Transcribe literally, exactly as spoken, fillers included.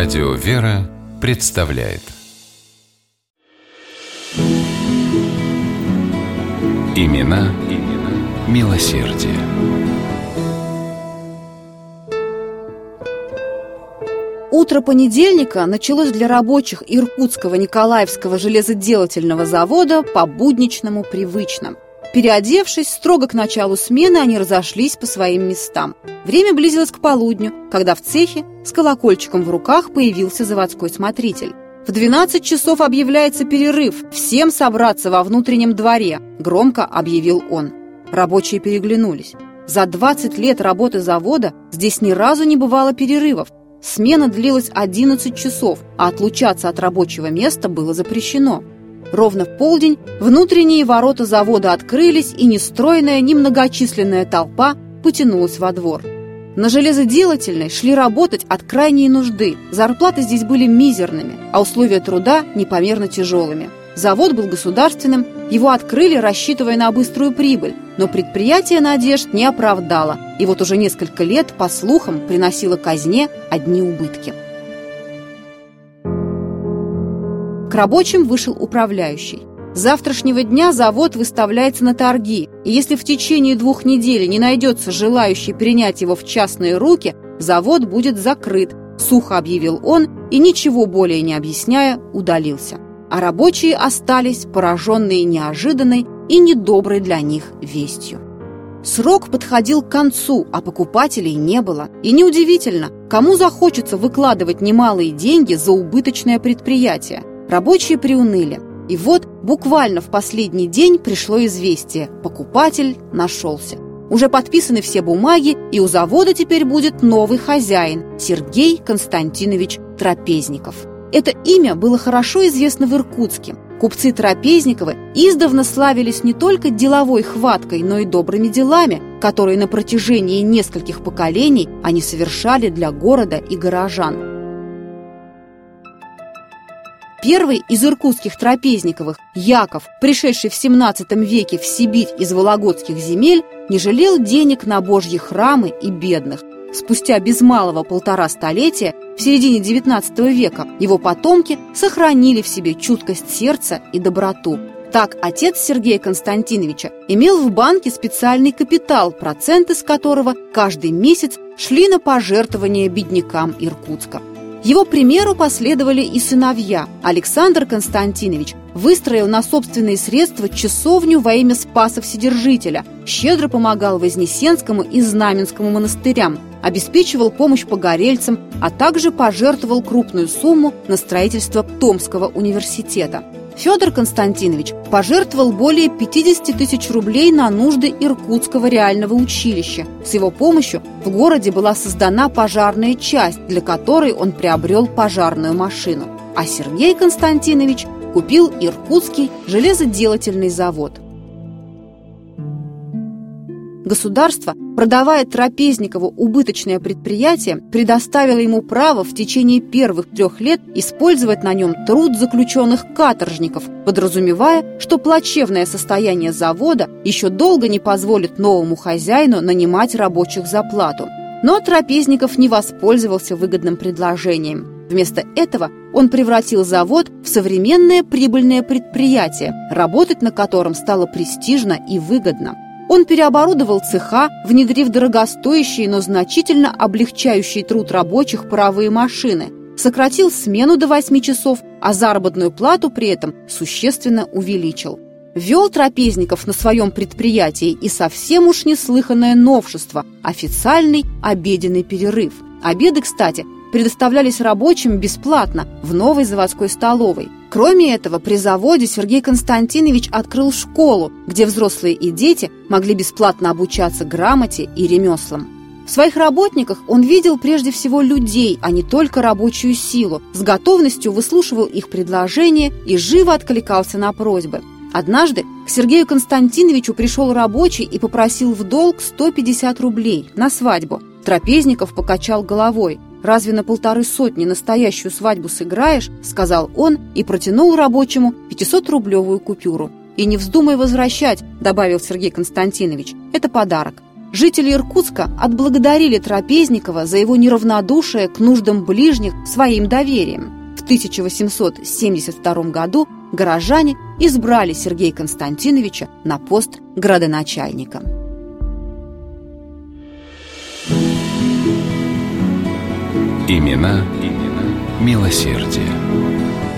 Радио «Вера» представляет Имена, имена милосердия. Утро понедельника началось для рабочих Иркутского Николаевского железоделательного завода по-будничному привычно. Переодевшись, строго к началу смены они разошлись по своим местам. Время близилось к полудню, когда в цехе с колокольчиком в руках появился заводской смотритель. «В двенадцать часов объявляется перерыв. Всем собраться во внутреннем дворе», – громко объявил он. Рабочие переглянулись. За двадцать лет работы завода здесь ни разу не бывало перерывов. Смена длилась одиннадцать часов, а отлучаться от рабочего места было запрещено. Ровно в полдень внутренние ворота завода открылись, и нестройная, немногочисленная толпа потянулась во двор. На железоделательной шли работать от крайней нужды. Зарплаты здесь были мизерными, а условия труда непомерно тяжелыми. Завод был государственным, его открыли, рассчитывая на быструю прибыль, но предприятие надежд не оправдало, и вот уже несколько лет, по слухам, приносило казне одни убытки. К рабочим вышел управляющий. С завтрашнего дня завод выставляется на торги, и если в течение двух недель не найдется желающий принять его в частные руки, завод будет закрыт, сухо объявил он и, ничего более не объясняя, удалился. А рабочие остались пораженные неожиданной и недоброй для них вестью. Срок подходил к концу, а покупателей не было. И неудивительно, кому захочется выкладывать немалые деньги за убыточное предприятие. Рабочие приуныли. И вот буквально в последний день пришло известие: покупатель нашелся. Уже подписаны все бумаги, и у завода теперь будет новый хозяин – Сергей Константинович Трапезников. Это имя было хорошо известно в Иркутске. Купцы Трапезниковы издавна славились не только деловой хваткой, но и добрыми делами, которые на протяжении нескольких поколений они совершали для города и горожан. Первый из иркутских Трапезниковых, Яков, пришедший в семнадцатом веке в Сибирь из вологодских земель, не жалел денег на божьи храмы и бедных. Спустя без малого полтора столетия, в середине девятнадцатого века, его потомки сохранили в себе чуткость сердца и доброту. Так отец Сергея Константиновича имел в банке специальный капитал, проценты с которого каждый месяц шли на пожертвования беднякам Иркутска. Его примеру последовали и сыновья. Александр Константинович выстроил на собственные средства часовню во имя Спаса Вседержителя, щедро помогал Вознесенскому и Знаменскому монастырям, обеспечивал помощь погорельцам, а также пожертвовал крупную сумму на строительство Томского университета. Федор Константинович пожертвовал более пятьдесят тысяч рублей на нужды Иркутского реального училища. С его помощью в городе была создана пожарная часть, для которой он приобрел пожарную машину. А Сергей Константинович купил Иркутский железоделательный завод. Государство, продавая Трапезникову убыточное предприятие, предоставило ему право в течение первых трех лет использовать на нем труд заключенных каторжников, подразумевая, что плачевное состояние завода еще долго не позволит новому хозяину нанимать рабочих за плату. Но Трапезников не воспользовался выгодным предложением. Вместо этого он превратил завод в современное прибыльное предприятие, работать на котором стало престижно и выгодно. Он переоборудовал цеха, внедрив дорогостоящие, но значительно облегчающие труд рабочих паровые машины, сократил смену до восьми часов, а заработную плату при этом существенно увеличил. Ввел Трапезников на своем предприятии и совсем уж неслыханное новшество – официальный обеденный перерыв. Обеды, кстати, предоставлялись рабочим бесплатно в новой заводской столовой. Кроме этого, при заводе Сергей Константинович открыл школу, где взрослые и дети могли бесплатно обучаться грамоте и ремеслам. В своих работниках он видел прежде всего людей, а не только рабочую силу, с готовностью выслушивал их предложения и живо откликался на просьбы. Однажды к Сергею Константиновичу пришел рабочий и попросил в долг сто пятьдесят рублей на свадьбу. Трапезников покачал головой. «Разве на полторы сотни настоящую свадьбу сыграешь?» – сказал он и протянул рабочему пятисотрублевую купюру. «И не вздумай возвращать», – добавил Сергей Константинович, – «это подарок». Жители Иркутска отблагодарили Трапезникова за его неравнодушие к нуждам ближних своим доверием. В тысяча восемьсот семьдесят втором году горожане избрали Сергея Константиновича на пост градоначальника. Имена, имена милосердия.